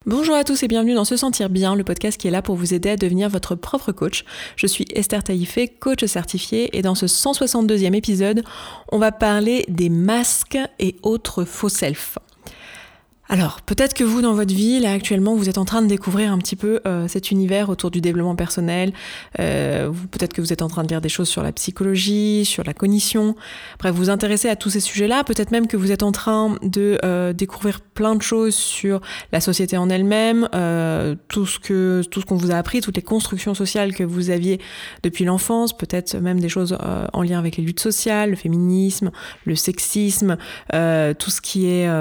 Bonjour à tous et bienvenue dans Se Sentir Bien, le podcast qui est là pour vous aider à devenir votre propre coach. Je suis Esther Taïfé, coach certifiée, et dans ce 162e épisode, on va parler des masques et autres faux self. Alors, peut-être que vous, dans votre vie, là, actuellement, vous êtes en train de découvrir un petit peu cet univers autour du développement personnel. Peut-être que vous êtes en train de lire des choses sur la psychologie, sur la cognition. Bref, vous vous intéressez à tous ces sujets-là. Peut-être même que vous êtes en train de découvrir plein de choses sur la société en elle-même, tout ce qu'on vous a appris, toutes les constructions sociales que vous aviez depuis l'enfance, peut-être même des choses en lien avec les luttes sociales, le féminisme, le sexisme, tout ce qui est...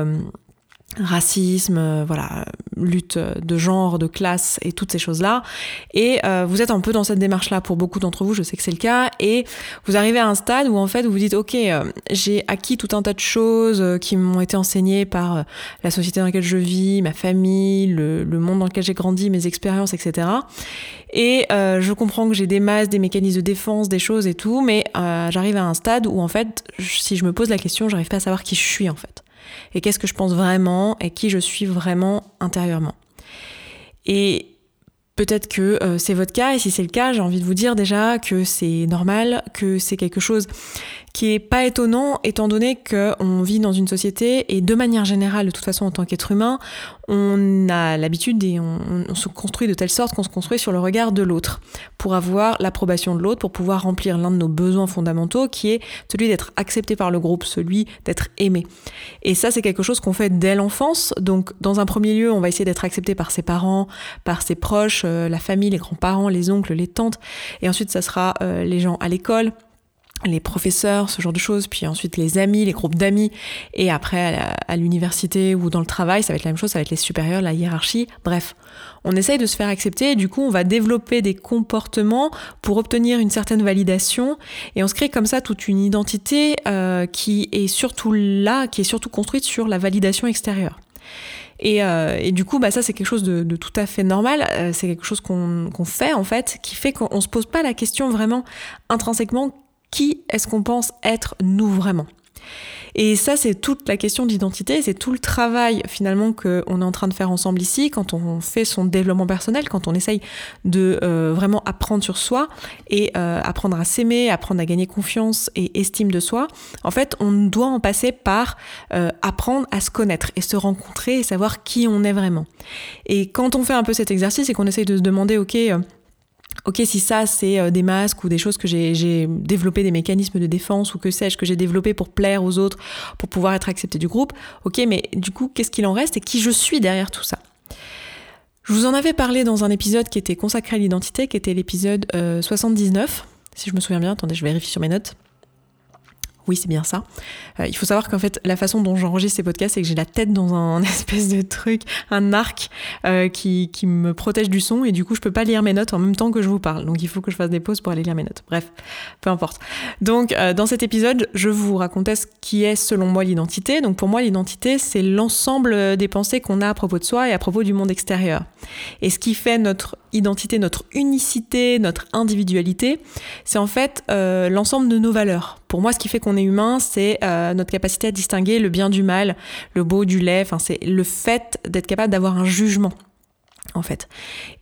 racisme, lutte de genre, de classe et toutes ces choses-là. Et vous êtes un peu dans cette démarche-là pour beaucoup d'entre vous, je sais que c'est le cas, et vous arrivez à un stade où en fait vous vous dites ok, j'ai acquis tout un tas de choses qui m'ont été enseignées par la société dans laquelle je vis, ma famille, le monde dans lequel j'ai grandi, mes expériences, etc. Et je comprends que j'ai des masses, des mécanismes de défense, des choses et tout, mais j'arrive à un stade où en fait, si je me pose la question, j'arrive pas à savoir qui je suis en fait. Et qu'est-ce que je pense vraiment et qui je suis vraiment intérieurement. Et peut-être que c'est votre cas, et si c'est le cas, j'ai envie de vous dire déjà que c'est normal, que c'est quelque chose qui est pas étonnant, étant donné qu'on vit dans une société, et de manière générale, de toute façon, en tant qu'être humain, on a l'habitude et on se construit de telle sorte qu'on se construit sur le regard de l'autre, pour avoir l'approbation de l'autre, pour pouvoir remplir l'un de nos besoins fondamentaux, qui est celui d'être accepté par le groupe, celui d'être aimé. Et ça, c'est quelque chose qu'on fait dès l'enfance. Donc, dans un premier lieu, on va essayer d'être accepté par ses parents, par ses proches, la famille, les grands-parents, les oncles, les tantes, et ensuite, ça sera les gens à l'école, les professeurs, ce genre de choses, puis ensuite les amis, les groupes d'amis, et après à l'université ou dans le travail, ça va être la même chose, ça va être les supérieurs, la hiérarchie, bref. On essaye de se faire accepter et du coup on va développer des comportements pour obtenir une certaine validation, et on se crée comme ça toute une identité qui est surtout construite sur la validation extérieure. Et du coup, ça c'est quelque chose de tout à fait normal, c'est quelque chose qu'on fait en fait, qui fait qu'on se pose pas la question vraiment intrinsèquement, qui est-ce qu'on pense être nous vraiment ? Et ça, c'est toute la question d'identité, c'est tout le travail finalement qu'on est en train de faire ensemble ici, quand on fait son développement personnel, quand on essaye de vraiment apprendre sur soi et apprendre à s'aimer, apprendre à gagner confiance et estime de soi. En fait, on doit en passer par apprendre à se connaître et se rencontrer et savoir qui on est vraiment. Et quand on fait un peu cet exercice et qu'on essaye de se demander, ok, si ça c'est des masques ou des choses que j'ai développé, des mécanismes de défense ou que sais-je, que j'ai développé pour plaire aux autres, pour pouvoir être accepté du groupe, ok, mais du coup, qu'est-ce qu'il en reste et qui je suis derrière tout ça ? Je vous en avais parlé dans un épisode qui était consacré à l'identité, qui était l'épisode 79, si je me souviens bien, attendez, je vérifie sur mes notes. Oui, c'est bien ça. Il faut savoir qu'en fait, la façon dont j'enregistre ces podcasts, c'est que j'ai la tête dans un espèce de truc, un arc qui me protège du son, et du coup, je peux pas lire mes notes en même temps que je vous parle. Donc, il faut que je fasse des pauses pour aller lire mes notes. Bref, peu importe. Donc, dans cet épisode, je vous racontais ce qui est, selon moi, l'identité. Donc, pour moi, l'identité, c'est l'ensemble des pensées qu'on a à propos de soi et à propos du monde extérieur. Et ce qui fait notre identité, notre unicité, notre individualité, c'est en fait l'ensemble de nos valeurs. Pour moi, ce qui fait qu'on est humain, c'est notre capacité à distinguer le bien du mal, le beau du laid, c'est le fait d'être capable d'avoir un jugement, en fait.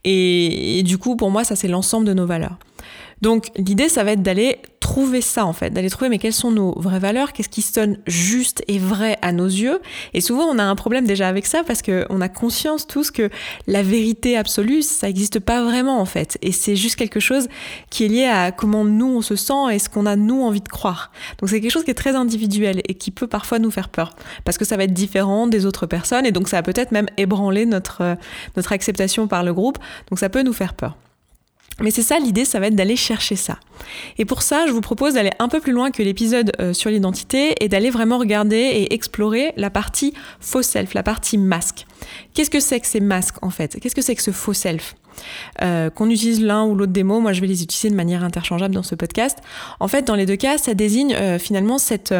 Et du coup, pour moi, ça, c'est l'ensemble de nos valeurs. Donc, l'idée, ça va être d'aller trouver ça, en fait, d'aller trouver mais quelles sont nos vraies valeurs, qu'est-ce qui sonne juste et vrai à nos yeux. Et souvent, on a un problème déjà avec ça parce qu'on a conscience tous que la vérité absolue, ça n'existe pas vraiment, en fait. Et c'est juste quelque chose qui est lié à comment nous, on se sent et ce qu'on a, nous, envie de croire. Donc, c'est quelque chose qui est très individuel et qui peut parfois nous faire peur parce que ça va être différent des autres personnes et donc ça va peut-être même ébranler notre acceptation par le groupe. Donc, ça peut nous faire peur. Mais c'est ça, l'idée, ça va être d'aller chercher ça. Et pour ça, je vous propose d'aller un peu plus loin que l'épisode sur l'identité et d'aller vraiment regarder et explorer la partie faux self, la partie masque. Qu'est-ce que c'est que ces masques, en fait ? Qu'est-ce que c'est que ce faux self ? Qu'on utilise l'un ou l'autre des mots, moi je vais les utiliser de manière interchangeable dans ce podcast. En fait, dans les deux cas, ça désigne finalement cette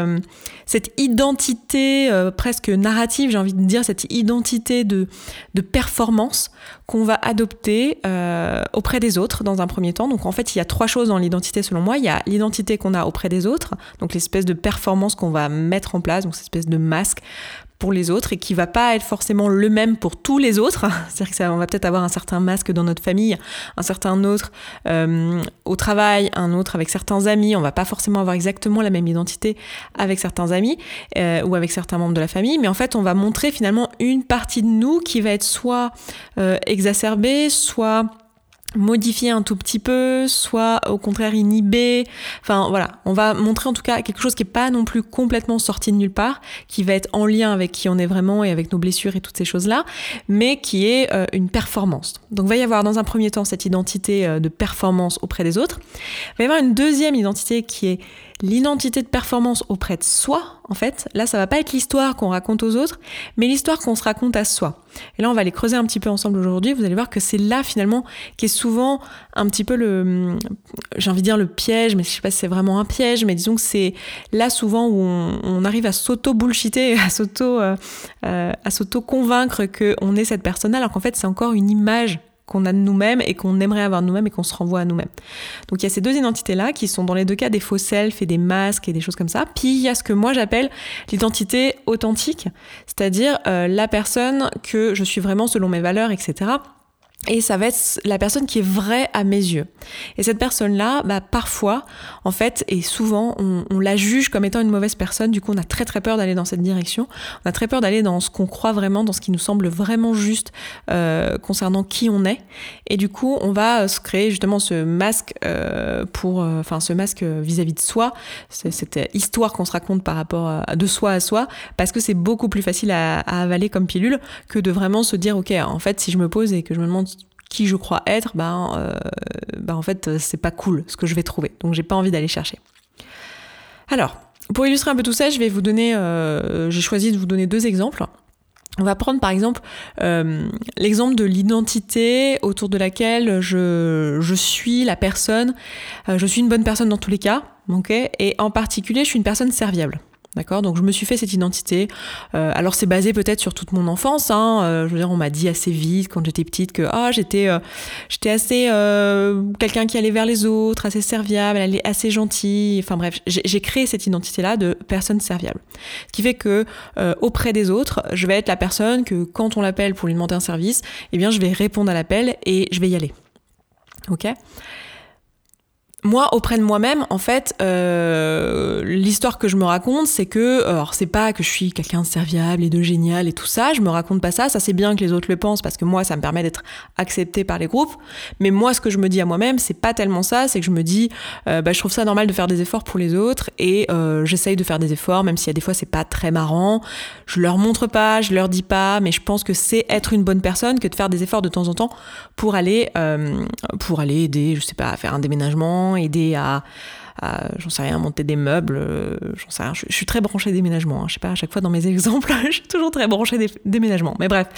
identité presque narrative, j'ai envie de dire, cette identité de performance qu'on va adopter auprès des autres dans un premier temps. Donc en fait, il y a trois choses dans l'identité selon moi. Il y a l'identité qu'on a auprès des autres, donc l'espèce de performance qu'on va mettre en place, donc cette espèce de masque pour les autres et qui va pas être forcément le même pour tous les autres. C'est-à-dire que on va peut-être avoir un certain masque dans notre famille, un certain autre au travail, un autre avec certains amis. On va pas forcément avoir exactement la même identité avec certains amis ou avec certains membres de la famille, mais en fait, on va montrer finalement une partie de nous qui va être soit exacerbée, soit modifier un tout petit peu, soit au contraire inhiber. Enfin voilà, on va montrer en tout cas quelque chose qui est pas non plus complètement sorti de nulle part, qui va être en lien avec qui on est vraiment et avec nos blessures et toutes ces choses-là, mais qui est une performance. Donc il va y avoir dans un premier temps cette identité de performance auprès des autres. Il va y avoir une deuxième identité qui est l'identité de performance auprès de soi, en fait. Là, ça va pas être l'histoire qu'on raconte aux autres, mais l'histoire qu'on se raconte à soi. Et là, on va les creuser un petit peu ensemble aujourd'hui. Vous allez voir que c'est là, finalement, qui est souvent un petit peu j'ai envie de dire le piège, mais je sais pas si c'est vraiment un piège, mais disons que c'est là souvent où on arrive à s'auto-bullshiter, à s'auto-convaincre qu'on est cette personne-là, alors qu'en fait, c'est encore une image qu'on a de nous-mêmes et qu'on aimerait avoir de nous-mêmes et qu'on se renvoie à nous-mêmes. Donc il y a ces deux identités-là qui sont dans les deux cas des faux self et des masques et des choses comme ça. Puis il y a ce que moi j'appelle l'identité authentique, c'est-à-dire la personne que je suis vraiment selon mes valeurs, etc. Et ça va être la personne qui est vraie à mes yeux. Et cette personne-là, parfois, en fait, et souvent, on la juge comme étant une mauvaise personne. Du coup, on a très très peur d'aller dans cette direction. On a très peur d'aller dans ce qu'on croit vraiment, dans ce qui nous semble vraiment juste concernant qui on est. Et du coup, on va se créer justement ce masque ce masque vis-à-vis de soi, cette histoire qu'on se raconte par rapport de soi à soi, parce que c'est beaucoup plus facile à avaler comme pilule que de vraiment se dire, ok, en fait, si je me pose et que je me demande qui je crois être, en fait, c'est pas cool ce que je vais trouver. Donc, j'ai pas envie d'aller chercher. Alors, pour illustrer un peu tout ça, j'ai choisi de vous donner 2 exemples. On va prendre par exemple l'exemple de l'identité autour de laquelle je suis la personne, je suis une bonne personne dans tous les cas, okay, et en particulier, je suis une personne serviable. D'accord, donc je me suis fait cette identité. Alors c'est basé peut-être sur toute mon enfance. Je veux dire, on m'a dit assez vite quand j'étais petite que j'étais assez quelqu'un qui allait vers les autres, assez serviable, assez gentille. Enfin bref, j'ai créé cette identité-là de personne serviable. Ce qui fait que auprès des autres, je vais être la personne que quand on l'appelle pour lui demander un service, eh bien je vais répondre à l'appel et je vais y aller. Ok ? Moi, auprès de moi-même, en fait, l'histoire que je me raconte, c'est que, alors c'est pas que je suis quelqu'un de serviable et de génial et tout ça, je me raconte pas ça c'est bien que les autres le pensent parce que moi, ça me permet d'être acceptée par les groupes, mais moi, ce que je me dis à moi-même, c'est pas tellement ça, c'est que je me dis, je trouve ça normal de faire des efforts pour les autres et j'essaye de faire des efforts, même si des fois c'est pas très marrant, je leur montre pas, je leur dis pas, mais je pense que c'est être une bonne personne que de faire des efforts de temps en temps pour aller aider, je sais pas, à faire un déménagement, aider à j'en sais rien, monter des meubles, j'en sais rien. Je suis très branchée déménagement, je sais pas, à chaque fois dans mes exemples, je suis toujours très branchée déménagement. Mais bref,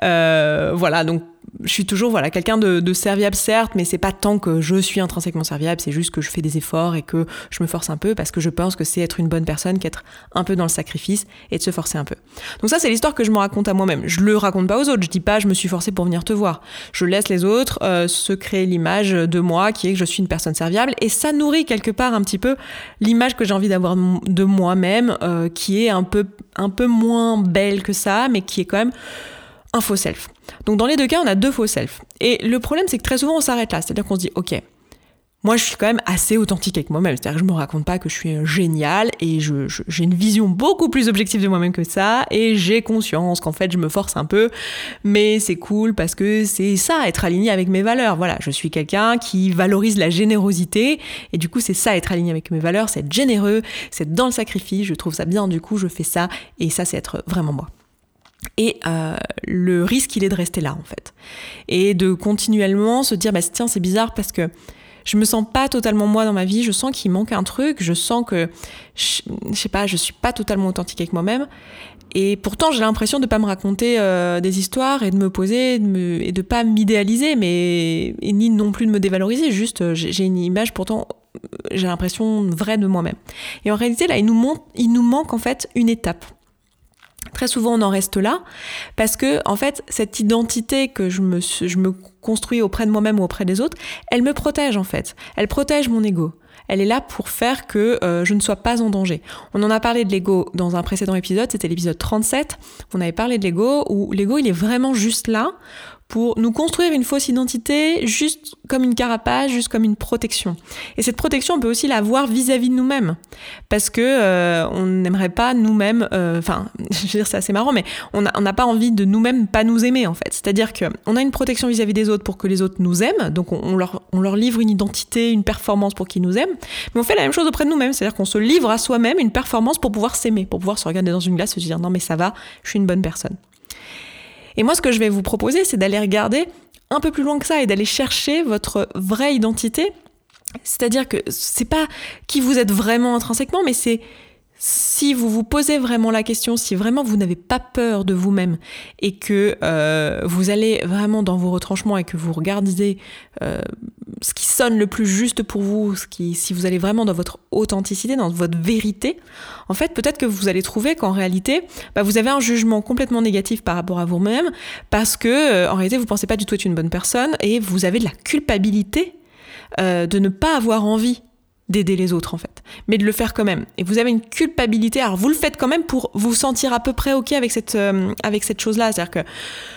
voilà, donc je suis toujours quelqu'un de serviable certes, mais c'est pas tant que je suis intrinsèquement serviable, c'est juste que je fais des efforts et que je me force un peu parce que je pense que c'est être une bonne personne qu'être un peu dans le sacrifice et de se forcer un peu. Donc ça, c'est l'histoire que je me raconte à moi-même. Je le raconte pas aux autres, je dis pas je me suis forcée pour venir te voir. Je laisse les autres se créer l'image de moi qui est que je suis une personne serviable et ça nourrit quelque part un petit peu l'image que j'ai envie d'avoir de moi-même qui est un peu moins belle que ça, mais qui est quand même un faux self. Donc dans les 2 cas, on a 2 faux self. Et le problème, c'est que très souvent, on s'arrête là. C'est-à-dire qu'on se dit, ok, moi, je suis quand même assez authentique avec moi-même. C'est-à-dire que je me raconte pas que je suis géniale et j'ai une vision beaucoup plus objective de moi-même que ça et j'ai conscience qu'en fait, je me force un peu, mais c'est cool parce que c'est ça, être aligné avec mes valeurs. Voilà, je suis quelqu'un qui valorise la générosité et du coup, c'est ça, être aligné avec mes valeurs, c'est être généreux, c'est être dans le sacrifice, je trouve ça bien, du coup, je fais ça et ça, c'est être vraiment moi. Et le risque, il est de rester là, en fait. Et de continuellement se dire, tiens, c'est bizarre parce que je me sens pas totalement moi dans ma vie, je sens qu'il manque un truc, je sens que, je sais pas, je suis pas totalement authentique avec moi-même. Et pourtant, j'ai l'impression de pas me raconter des histoires et de me poser et de pas m'idéaliser, ni non plus de me dévaloriser. Juste, j'ai une image, pourtant, j'ai l'impression vraie de moi-même. Et en réalité, là, il nous manque en fait une étape. Très souvent, on en reste là parce que, en fait, cette identité que je me construis auprès de moi-même ou auprès des autres, elle me protège, en fait. Elle protège mon ego. elle est là pour faire que je ne sois pas en danger. On en a parlé de l'ego dans un précédent épisode, c'était l'épisode 37, on avait parlé de l'ego, où l'ego il est vraiment juste là pour nous construire une fausse identité, juste comme une carapace, juste comme une protection. Et cette protection, on peut aussi la voir vis-à-vis de nous-mêmes, parce que on n'aimerait pas nous-mêmes, je veux dire c'est assez marrant, mais on n'a pas envie de nous-mêmes pas nous aimer en fait. C'est-à-dire que on a une protection vis-à-vis des autres pour que les autres nous aiment, donc on leur livre une identité, une performance pour qu'ils nous aiment, mais on fait la même chose auprès de nous-mêmes, c'est-à-dire qu'on se livre à soi-même une performance pour pouvoir s'aimer, pour pouvoir se regarder dans une glace et se dire non mais ça va, je suis une bonne personne. Et moi, ce que je vais vous proposer, c'est d'aller regarder un peu plus loin que ça et d'aller chercher votre vraie identité. C'est-à-dire que c'est pas qui vous êtes vraiment intrinsèquement, mais c'est si vous vous posez vraiment la question, si vraiment vous n'avez pas peur de vous-même et que vous allez vraiment dans vos retranchements et que vous regardez ce qui sonne le plus juste pour vous, si vous allez vraiment dans votre authenticité, dans votre vérité, en fait, peut-être que vous allez trouver qu'en réalité, vous avez un jugement complètement négatif par rapport à vous-même parce que en réalité, vous pensez pas du tout être une bonne personne et vous avez de la culpabilité de ne pas avoir envie d'aider les autres en fait, mais de le faire quand même. Et vous avez une culpabilité, alors vous le faites quand même pour vous sentir à peu près ok avec cette chose-là, c'est-à-dire que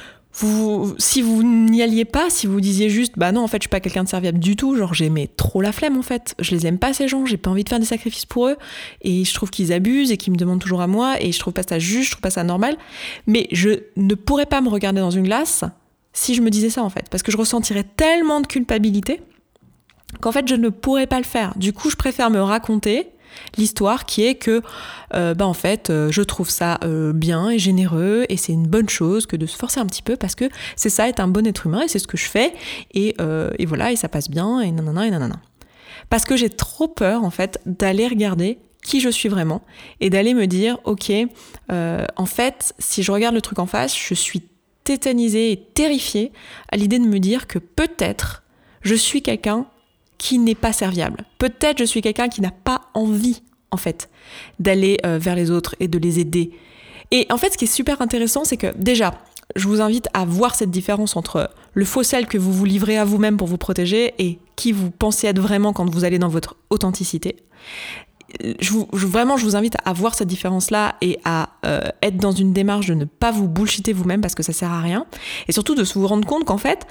si vous n'y alliez pas, si vous disiez juste non en fait je suis pas quelqu'un de serviable du tout, genre j'aimais trop la flemme en fait, je les aime pas ces gens, j'ai pas envie de faire des sacrifices pour eux et je trouve qu'ils abusent et qu'ils me demandent toujours à moi et je trouve pas ça juste, je trouve pas ça normal, mais je ne pourrais pas me regarder dans une glace si je me disais ça en fait, parce que je ressentirais tellement de culpabilité qu'en fait je ne pourrais pas le faire. Du coup je préfère me raconter l'histoire qui est que en fait je trouve ça bien et généreux et c'est une bonne chose que de se forcer un petit peu parce que c'est ça être un bon être humain et c'est ce que je fais et voilà et ça passe bien et nanana et nanana. Parce que j'ai trop peur en fait d'aller regarder qui je suis vraiment et d'aller me dire ok en fait si je regarde le truc en face je suis tétanisée et terrifiée à l'idée de me dire que peut-être je suis quelqu'un qui n'est pas serviable. Peut-être je suis quelqu'un qui n'a pas envie, en fait, d'aller vers les autres et de les aider. Et en fait, ce qui est super intéressant, c'est que déjà, je vous invite à voir cette différence entre le faux sel que vous vous livrez à vous-même pour vous protéger et qui vous pensez être vraiment quand vous allez dans votre authenticité. Je vous invite à voir cette différence-là et à être dans une démarche de ne pas vous bullshiter vous-même parce que ça sert à rien. Et surtout de vous rendre compte qu'en fait,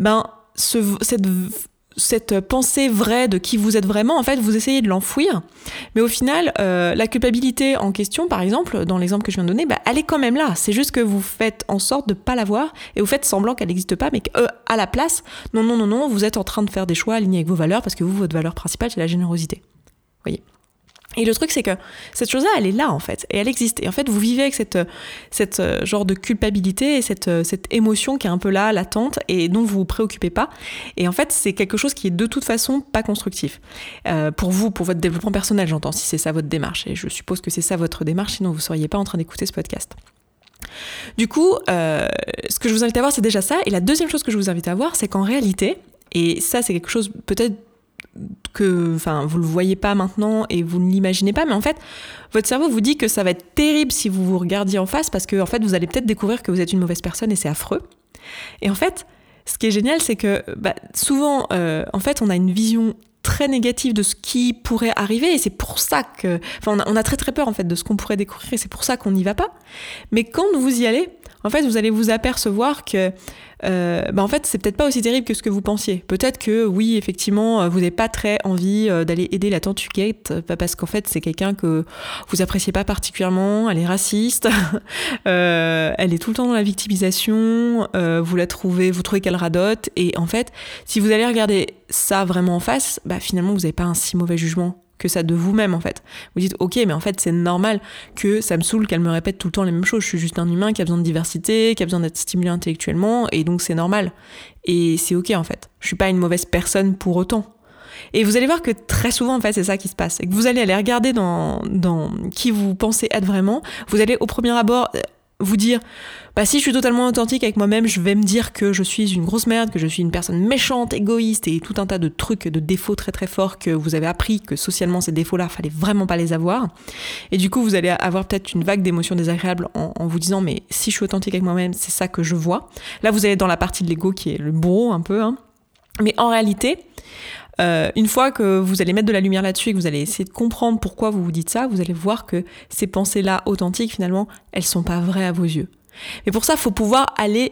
cette pensée vraie de qui vous êtes vraiment, en fait, vous essayez de l'enfouir. Mais au final, la culpabilité en question, par exemple, dans l'exemple que je viens de donner, elle est quand même là. C'est juste que vous faites en sorte de ne pas la voir et vous faites semblant qu'elle n'existe pas, mais qu'à la place, non, vous êtes en train de faire des choix alignés avec vos valeurs parce que votre valeur principale, c'est la générosité. Vous voyez ? Et le truc, c'est que cette chose-là, elle est là, en fait, et elle existe. Et en fait, vous vivez avec cette genre de culpabilité et cette émotion qui est un peu là, latente, et dont vous vous préoccupez pas. Et en fait, c'est quelque chose qui est de toute façon pas constructif. Pour vous, pour votre développement personnel, j'entends, si c'est ça votre démarche. Et je suppose que c'est ça votre démarche, sinon vous seriez pas en train d'écouter ce podcast. Du coup, ce que je vous invite à voir, c'est déjà ça. Et la deuxième chose que je vous invite à voir, c'est qu'en réalité, et ça, c'est quelque chose peut-être que vous le voyez pas maintenant et vous ne l'imaginez pas, mais en fait votre cerveau vous dit que ça va être terrible si vous vous regardiez en face parce que en fait vous allez peut-être découvrir que vous êtes une mauvaise personne et c'est affreux. Et en fait ce qui est génial, c'est que souvent en fait on a une vision très négative de ce qui pourrait arriver et c'est pour ça que on a très très peur en fait de ce qu'on pourrait découvrir et c'est pour ça qu'on n'y va pas. Mais quand vous y allez, en fait vous allez vous apercevoir que en fait c'est peut-être pas aussi terrible que ce que vous pensiez. Peut-être que oui effectivement vous n'avez pas très envie d'aller aider la tante Huguette parce qu'en fait c'est quelqu'un que vous appréciez pas particulièrement, elle est raciste, elle est tout le temps dans la victimisation, vous trouvez qu'elle radote et en fait si vous allez regarder ça vraiment en face, finalement vous n'avez pas un si mauvais jugement que ça de vous-même en fait. Vous dites ok mais en fait c'est normal que ça me saoule qu'elle me répète tout le temps les mêmes choses, je suis juste un humain qui a besoin de diversité, qui a besoin d'être stimulé intellectuellement et donc c'est normal et c'est ok en fait. Je suis pas une mauvaise personne pour autant. Et vous allez voir que très souvent en fait c'est ça qui se passe, et que vous allez aller regarder dans qui vous pensez être vraiment, vous allez au premier abord vous dire si je suis totalement authentique avec moi-même, je vais me dire que je suis une grosse merde, que je suis une personne méchante, égoïste et tout un tas de trucs, de défauts très très forts que vous avez appris que socialement ces défauts-là, fallait vraiment pas les avoir. Et du coup, vous allez avoir peut-être une vague d'émotions désagréables en vous disant mais si je suis authentique avec moi-même, c'est ça que je vois. Là, vous allez dans la partie de l'ego qui est le bourreau un peu, Mais en réalité, une fois que vous allez mettre de la lumière là-dessus et que vous allez essayer de comprendre pourquoi vous vous dites ça, vous allez voir que ces pensées-là authentiques, finalement, elles sont pas vraies à vos yeux. Mais pour ça, il faut pouvoir aller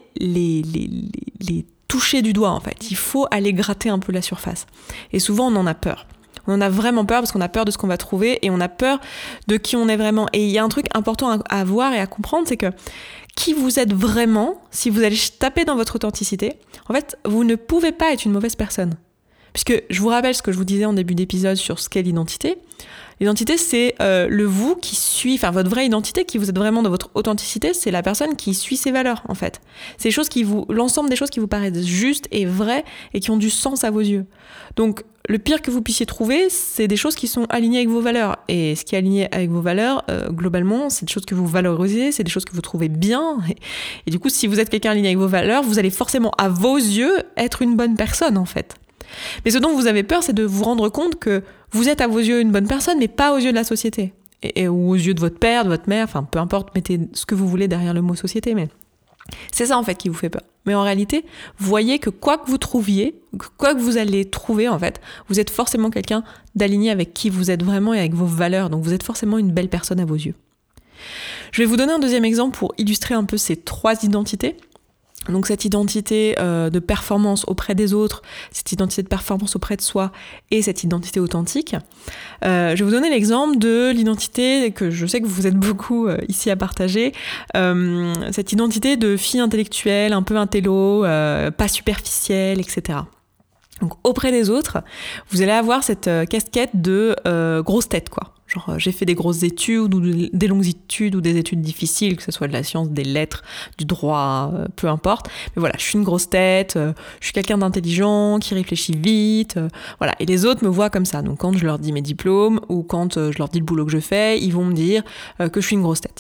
les toucher du doigt, en fait. Il faut aller gratter un peu la surface. Et souvent, on en a peur. On en a vraiment peur parce qu'on a peur de ce qu'on va trouver et on a peur de qui on est vraiment. Et il y a un truc important à voir et à comprendre, c'est que qui vous êtes vraiment, si vous allez taper dans votre authenticité, en fait, vous ne pouvez pas être une mauvaise personne. Puisque je vous rappelle ce que je vous disais en début d'épisode sur ce qu'est l'identité. L'identité, c'est le vous qui suit, enfin votre vraie identité, qui vous êtes vraiment dans votre authenticité, c'est la personne qui suit ses valeurs, en fait. C'est l'ensemble des choses qui vous paraissent justes et vraies et qui ont du sens à vos yeux. Donc, le pire que vous puissiez trouver, c'est des choses qui sont alignées avec vos valeurs. Et ce qui est aligné avec vos valeurs, globalement, c'est des choses que vous valorisez, c'est des choses que vous trouvez bien. Et du coup, si vous êtes quelqu'un aligné avec vos valeurs, vous allez forcément, à vos yeux, être une bonne personne, en fait. Mais ce dont vous avez peur, c'est de vous rendre compte que vous êtes à vos yeux une bonne personne, mais pas aux yeux de la société. Ou aux yeux de votre père, de votre mère, enfin peu importe, mettez ce que vous voulez derrière le mot société, mais c'est ça en fait qui vous fait peur. Mais en réalité, voyez que quoi que vous trouviez, quoi que vous allez trouver en fait, vous êtes forcément quelqu'un d'aligné avec qui vous êtes vraiment et avec vos valeurs, donc vous êtes forcément une belle personne à vos yeux. Je vais vous donner un deuxième exemple pour illustrer un peu ces trois identités. Donc cette identité de performance auprès des autres, cette identité de performance auprès de soi et cette identité authentique. Je vais vous donner l'exemple de l'identité que je sais que vous êtes beaucoup ici à partager, cette identité de fille intellectuelle, un peu intello, pas superficielle, etc. Donc auprès des autres, vous allez avoir cette casquette de grosse tête, quoi. Genre j'ai fait des grosses études ou des longues études ou des études difficiles, que ce soit de la science, des lettres, du droit, peu importe. Mais voilà, je suis une grosse tête, je suis quelqu'un d'intelligent, qui réfléchit vite, voilà. Et les autres me voient comme ça. Donc quand je leur dis mes diplômes ou quand je leur dis le boulot que je fais, ils vont me dire que je suis une grosse tête.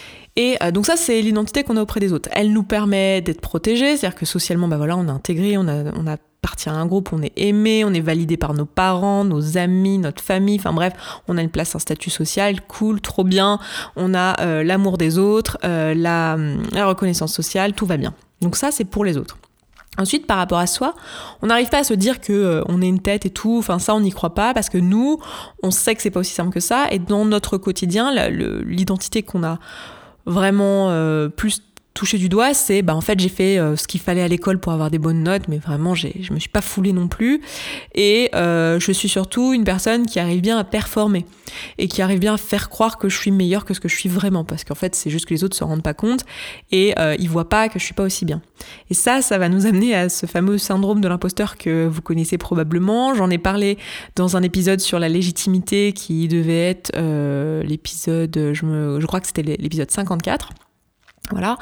Et donc ça, c'est l'identité qu'on a auprès des autres. Elle nous permet d'être protégés, c'est-à-dire que socialement, on est intégré, on appartient à un groupe, on est aimé, on est validé par nos parents, nos amis, notre famille, enfin bref, on a une place, un statut social, cool, trop bien, on a l'amour des autres, la reconnaissance sociale, tout va bien. Donc ça, c'est pour les autres. Ensuite, par rapport à soi, on n'arrive pas à se dire que on est une tête et tout, enfin ça on n'y croit pas parce que nous, on sait que c'est pas aussi simple que ça et dans notre quotidien, l'identité qu'on a vraiment plus touché du doigt, c'est en fait j'ai fait ce qu'il fallait à l'école pour avoir des bonnes notes, mais vraiment je me suis pas foulée non plus et je suis surtout une personne qui arrive bien à performer et qui arrive bien à faire croire que je suis meilleure que ce que je suis vraiment, parce qu'en fait c'est juste que les autres se rendent pas compte et ils voient pas que je suis pas aussi bien. Et ça va nous amener à ce fameux syndrome de l'imposteur que vous connaissez probablement. J'en ai parlé dans un épisode sur la légitimité qui devait être l'épisode, je crois que c'était l'épisode 54. Voilà,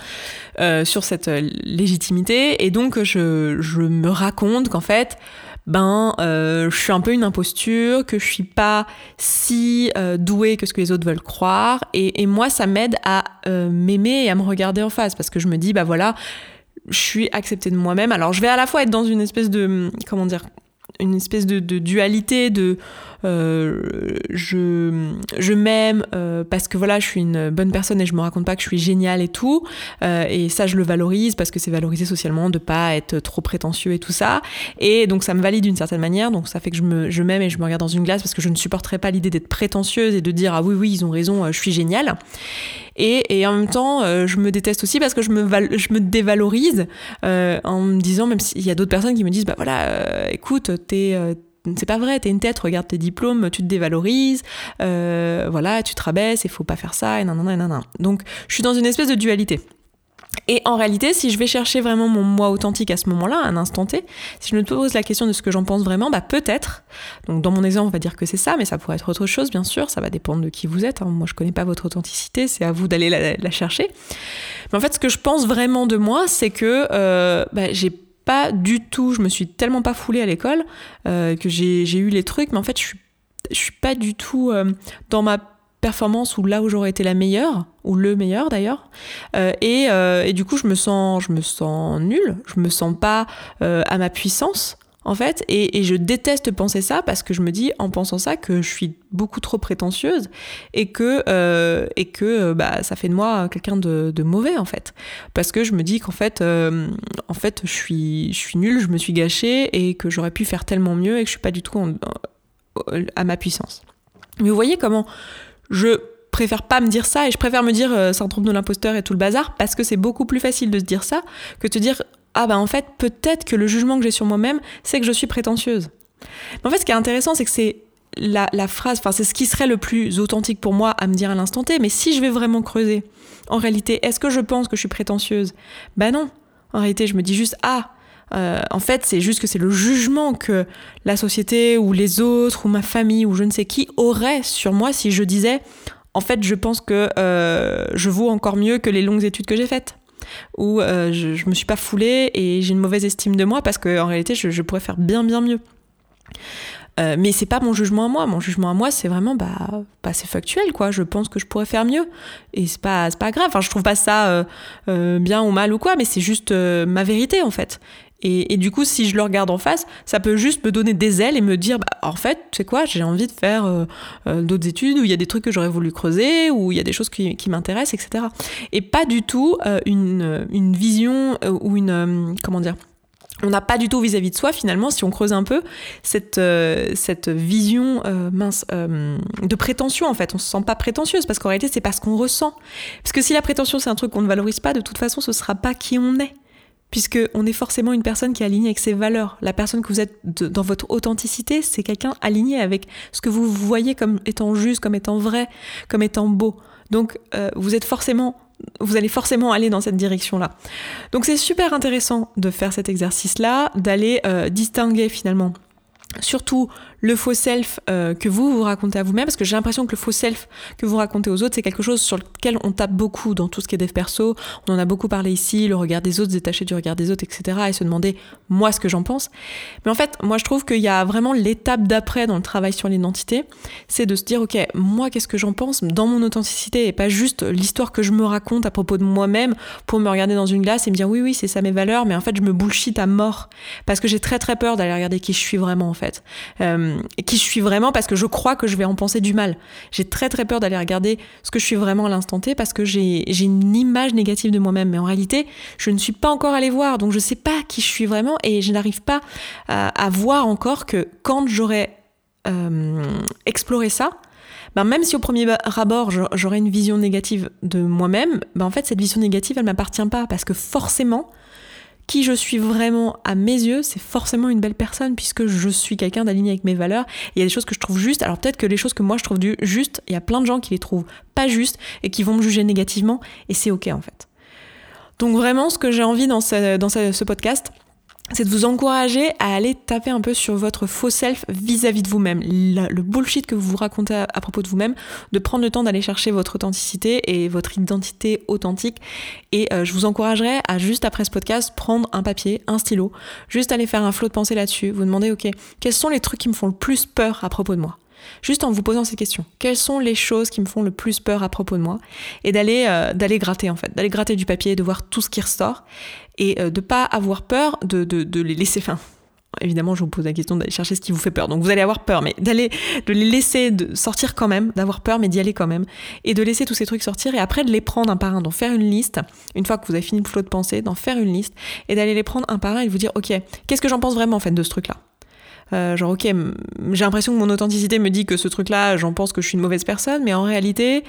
sur cette légitimité. Et donc je me raconte qu'en fait je suis un peu une imposture, que je suis pas si douée que ce que les autres veulent croire, et moi ça m'aide à m'aimer et à me regarder en face, parce que je me dis voilà, je suis acceptée de moi-même. Alors je vais à la fois être dans une espèce de une espèce de dualité de je m'aime parce que voilà, je suis une bonne personne et je me raconte pas que je suis géniale et tout, et ça je le valorise parce que c'est valorisé socialement de pas être trop prétentieux et tout ça, et donc ça me valide d'une certaine manière, donc ça fait que je m'aime et je me regarde dans une glace parce que je ne supporterais pas l'idée d'être prétentieuse et de dire oui ils ont raison, je suis géniale. Et en même temps, je me déteste aussi parce que je me dévalorise en me disant, même s'il y a d'autres personnes qui me disent écoute, c'est pas vrai, t'es une tête, regarde tes diplômes, tu te dévalorises, tu te rabaisses, il faut pas faire ça, et nanana. Donc je suis dans une espèce de dualité. Et en réalité, si je vais chercher vraiment mon moi authentique à ce moment-là, à un instant T, si je me pose la question de ce que j'en pense vraiment, peut-être, donc dans mon exemple on va dire que c'est ça, mais ça pourrait être autre chose bien sûr, ça va dépendre de qui vous êtes, hein. Moi je connais pas votre authenticité, c'est à vous d'aller la chercher. Mais en fait ce que je pense vraiment de moi, c'est que j'ai pas du tout, je me suis tellement pas foulée à l'école que j'ai eu les trucs, mais en fait je suis pas du tout dans ma performance ou là où j'aurais été la meilleure, ou le meilleur d'ailleurs, et du coup je me sens nulle, je me sens pas à ma puissance en fait, et je déteste penser ça parce que je me dis, en pensant ça, que je suis beaucoup trop prétentieuse et que ça fait de moi quelqu'un de mauvais, en fait. Parce que je me dis qu'en fait, je suis nulle, je me suis gâchée et que j'aurais pu faire tellement mieux et que je suis pas du tout à ma puissance. Mais vous voyez comment je préfère pas me dire ça et je préfère me dire syndrome de l'imposteur et tout le bazar parce que c'est beaucoup plus facile de se dire ça que de se dire en fait, peut-être que le jugement que j'ai sur moi-même, c'est que je suis prétentieuse. Mais en fait, ce qui est intéressant, c'est que c'est la phrase, c'est ce qui serait le plus authentique pour moi à me dire à l'instant T, mais si je vais vraiment creuser, en réalité, est-ce que je pense que je suis prétentieuse ? Non. En réalité, je me dis juste, en fait, c'est juste que c'est le jugement que la société ou les autres ou ma famille ou je ne sais qui aurait sur moi si je disais, en fait, je pense que je vaux encore mieux que les longues études que j'ai faites. Ou je me suis pas foulée et j'ai une mauvaise estime de moi parce qu'en réalité je pourrais faire bien mieux. Mais c'est pas mon jugement à moi. Mon jugement à moi, c'est vraiment c'est factuel, quoi. Je pense que je pourrais faire mieux et c'est pas grave. Enfin, je trouve pas ça bien ou mal ou quoi, mais c'est juste ma vérité, en fait. Et du coup, si je le regarde en face, ça peut juste me donner des ailes et me dire, en fait, tu sais quoi, j'ai envie de faire d'autres études où il y a des trucs que j'aurais voulu creuser, où il y a des choses qui m'intéressent, etc. Et pas du tout une vision ou comment dire, on n'a pas du tout vis-à-vis de soi, finalement, si on creuse un peu, cette vision de prétention, en fait. On se sent pas prétentieuse, parce qu'en réalité, c'est pas ce qu'on ressent. Parce que si la prétention, c'est un truc qu'on ne valorise pas, de toute façon, ce sera pas qui on est. Puisqu'on est forcément une personne qui est alignée avec ses valeurs. La personne que vous êtes dans votre authenticité, c'est quelqu'un aligné avec ce que vous voyez comme étant juste, comme étant vrai, comme étant beau. Donc, vous allez forcément aller dans cette direction-là. Donc, c'est super intéressant de faire cet exercice-là, d'aller distinguer finalement surtout le faux self que vous racontez à vous-même, parce que j'ai l'impression que le faux self que vous racontez aux autres, c'est quelque chose sur lequel on tape beaucoup dans tout ce qui est dev perso. On en a beaucoup parlé ici, le regard des autres, détaché du regard des autres, etc. et se demander, moi, ce que j'en pense. Mais en fait, moi, je trouve qu'il y a vraiment l'étape d'après dans le travail sur l'identité, c'est de se dire, ok, moi, qu'est-ce que j'en pense dans mon authenticité, et pas juste l'histoire que je me raconte à propos de moi-même pour me regarder dans une glace et me dire, oui, c'est ça mes valeurs, mais en fait, je me bullshit à mort, parce que j'ai très très peur d'aller regarder qui je suis vraiment, en fait. Qui je suis vraiment, parce que je crois que je vais en penser du mal. J'ai très très peur d'aller regarder ce que je suis vraiment à l'instant T, parce que j'ai une image négative de moi-même, mais en réalité je ne suis pas encore allée voir, donc je sais pas qui je suis vraiment, et je n'arrive pas à voir encore que quand j'aurai exploré ça, même si au premier abord j'aurais une vision négative de moi-même, en fait cette vision négative elle m'appartient pas, parce que forcément qui je suis vraiment à mes yeux, c'est forcément une belle personne, puisque je suis quelqu'un d'aligné avec mes valeurs. Il y a des choses que je trouve justes, alors peut-être que les choses que moi je trouve justes, il y a plein de gens qui les trouvent pas justes et qui vont me juger négativement, et c'est ok en fait. Donc vraiment, ce que j'ai envie dans ce podcast, c'est de vous encourager à aller taper un peu sur votre faux self vis-à-vis de vous-même, le bullshit que vous vous racontez à propos de vous-même, de prendre le temps d'aller chercher votre authenticité et votre identité authentique. Et je vous encouragerais à, juste après ce podcast, prendre un papier, un stylo, juste aller faire un flot de pensée là-dessus, vous demander, ok, quels sont les trucs qui me font le plus peur à propos de moi ? Juste en vous posant ces questions. Quelles sont les choses qui me font le plus peur à propos de moi ? Et d'aller gratter en fait, d'aller gratter du papier, de voir tout ce qui ressort et de pas avoir peur de les laisser. Enfin, évidemment, je vous pose la question d'aller chercher ce qui vous fait peur. Donc vous allez avoir peur, mais de les laisser sortir quand même, d'avoir peur, mais d'y aller quand même, et de laisser tous ces trucs sortir et après de les prendre un par un, d'en faire une liste. Une fois que vous avez fini le flot de pensée, d'en faire une liste et d'aller les prendre un par un et de vous dire, ok, qu'est-ce que j'en pense vraiment en fait de ce truc-là ? Ok, j'ai l'impression que mon authenticité me dit que ce truc-là, j'en pense que je suis une mauvaise personne, mais en réalité,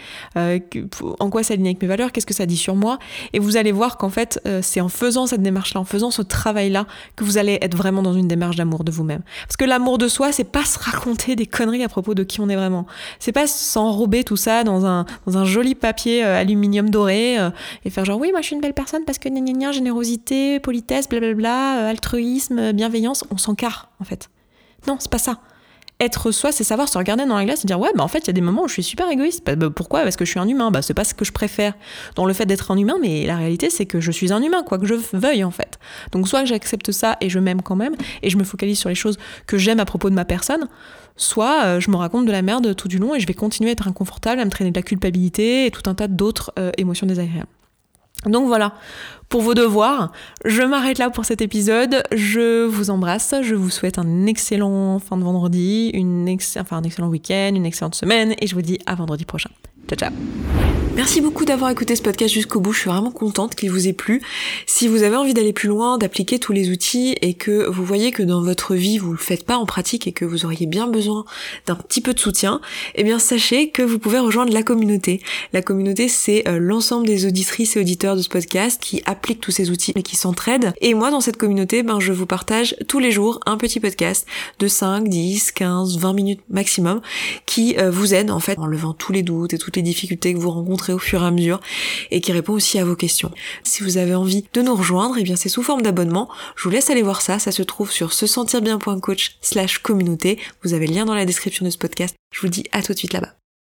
en quoi ça aligne avec mes valeurs, qu'est-ce que ça dit sur moi ? Et vous allez voir qu'en fait, c'est en faisant cette démarche-là, en faisant ce travail-là, que vous allez être vraiment dans une démarche d'amour de vous-même. Parce que l'amour de soi, c'est pas se raconter des conneries à propos de qui on est vraiment. C'est pas s'enrober tout ça dans un joli papier aluminium doré et faire genre, oui, moi je suis une belle personne parce que gna gna gna, générosité, politesse, blablabla, altruisme, bienveillance, on s'en carre, en fait. Non, c'est pas ça. Être soi, c'est savoir se regarder dans la glace et dire, ouais, en fait, il y a des moments où je suis super égoïste. Pourquoi ? Parce que je suis un humain. C'est pas ce que je préfère dans le fait d'être un humain, mais la réalité, c'est que je suis un humain, quoi que je veuille, en fait. Donc, soit que j'accepte ça et je m'aime quand même, et je me focalise sur les choses que j'aime à propos de ma personne, soit je me raconte de la merde tout du long et je vais continuer à être inconfortable, à me traîner de la culpabilité et tout un tas d'autres émotions désagréables. Donc voilà, pour vos devoirs, je m'arrête là pour cet épisode. Je vous embrasse, je vous souhaite un excellent fin de vendredi, un excellent week-end, une excellente semaine et je vous dis à vendredi prochain. Ciao ciao. Merci beaucoup d'avoir écouté ce podcast jusqu'au bout, je suis vraiment contente qu'il vous ait plu. Si vous avez envie d'aller plus loin, d'appliquer tous les outils et que vous voyez que dans votre vie vous le faites pas en pratique et que vous auriez bien besoin d'un petit peu de soutien, eh bien sachez que vous pouvez rejoindre la communauté. La communauté, c'est l'ensemble des auditrices et auditeurs de ce podcast qui appliquent tous ces outils et qui s'entraident. Et moi dans cette communauté, je vous partage tous les jours un petit podcast de 5, 10, 15, 20 minutes maximum qui vous aide en fait en levant tous les doutes et toutes les difficultés que vous rencontrez au fur et à mesure et qui répond aussi à vos questions. Si vous avez envie de nous rejoindre, eh bien c'est sous forme d'abonnement. Je vous laisse aller voir ça se trouve sur sesentirbien.coach/communauté. Vous avez le lien dans la description de ce podcast. Je vous dis à tout de suite là-bas.